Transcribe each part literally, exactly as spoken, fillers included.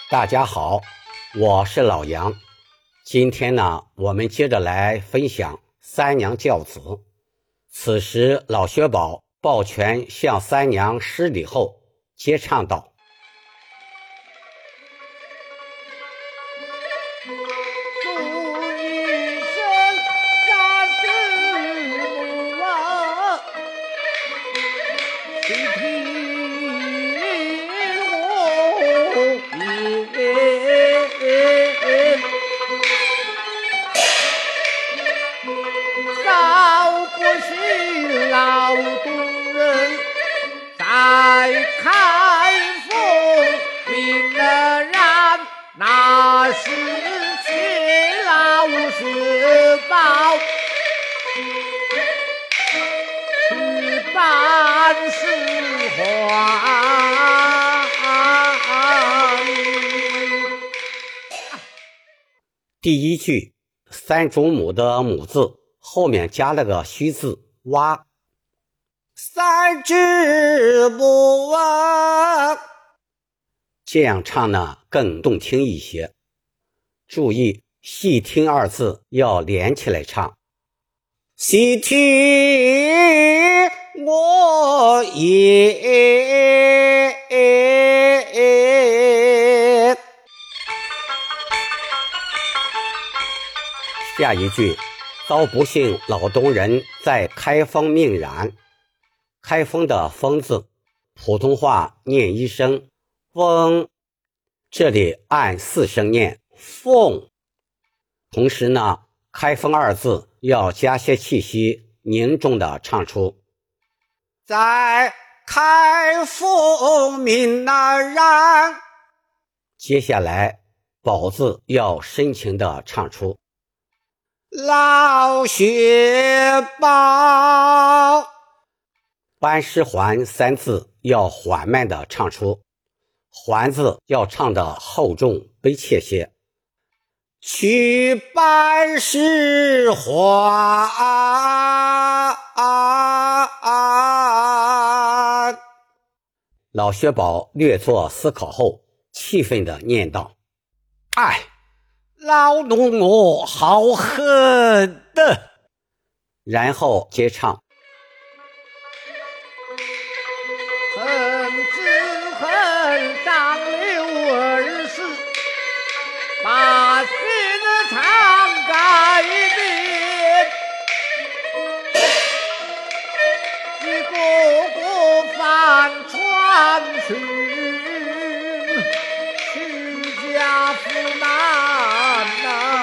大家好，我是老杨。今天呢，我们接着来分享三娘教子。此时老薛宝抱拳向三娘施礼后，接唱道： 老东人在开封明了然，那是勤劳是宝，去办事还。 第一句三主母的母字后面加了个虚字蛙， 三只母啊， 这样唱呢更动听一些。注意细听二字要连起来唱。 细听我也下一句遭不幸老东人在开封命染。开封的封字普通话念一声风，这里按四声念凤。同时呢，开封二字要加些气息，凝重的唱出在开封命染。 接下来宝字要深情的唱出老薛宝。 班师还三字要缓慢的唱出，还字要唱的厚重悲切些。 去班师还。 老薛宝略作思考后，气愤地念道： 哎，老农我好狠的。 然后接唱： 恨只恨张六儿是把心肠改变，一个个反传群，去家父难呐。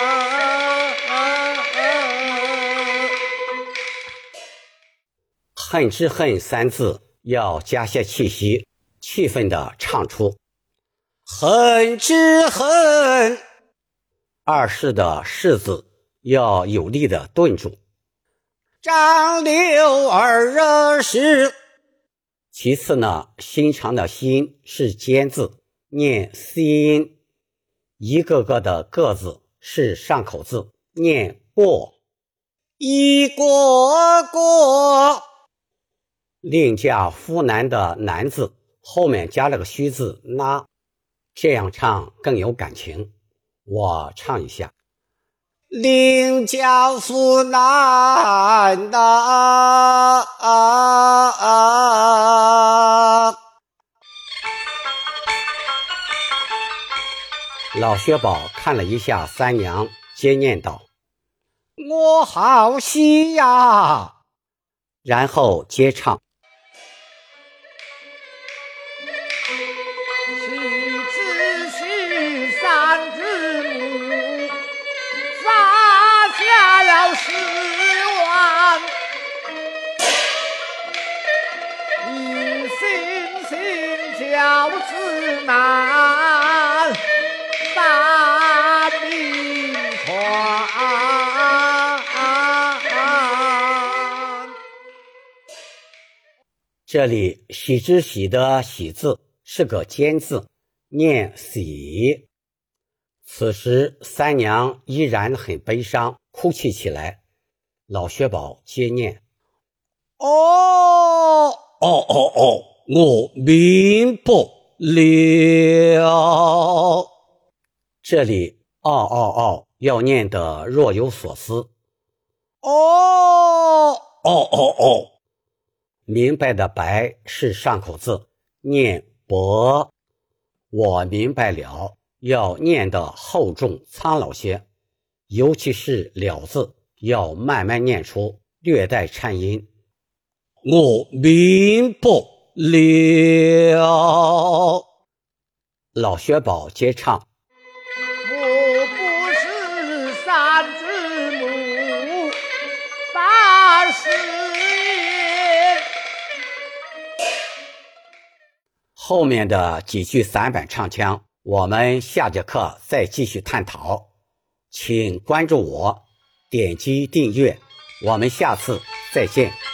恨之恨三字要加些气息，气愤地唱出。 恨之恨， 二世的世字要有力地顿住。 张六儿是。 其次呢，心肠的心是尖字，念心。一个个的个字是上口字，念过。 一个个。 另嫁夫男的男字后面加了个虚字那，这样唱更有感情。我唱一下： 另嫁夫男呐。 老薛宝看了一下三娘，接念道： 我好喜呀。 然后接唱： 三只母撒下了十万，一心心教子难，把命传。 这里喜之喜的喜字是个尖字，念喜。此时三娘依然很悲伤，哭泣起来。老薛宝接念： 哦哦哦哦，我明白了。 这里哦哦哦要念得若有所思。 哦哦哦哦，明白的白是上口字，念博。我明白了，要念得厚重苍老些，尤其是了字要慢慢念出，略带颤音。我明白了。老薛宝接唱。 我不是三字母，但是也后面的几句散板唱腔，我们下节课再继续探讨。请关注我，点击订阅，我们下次再见。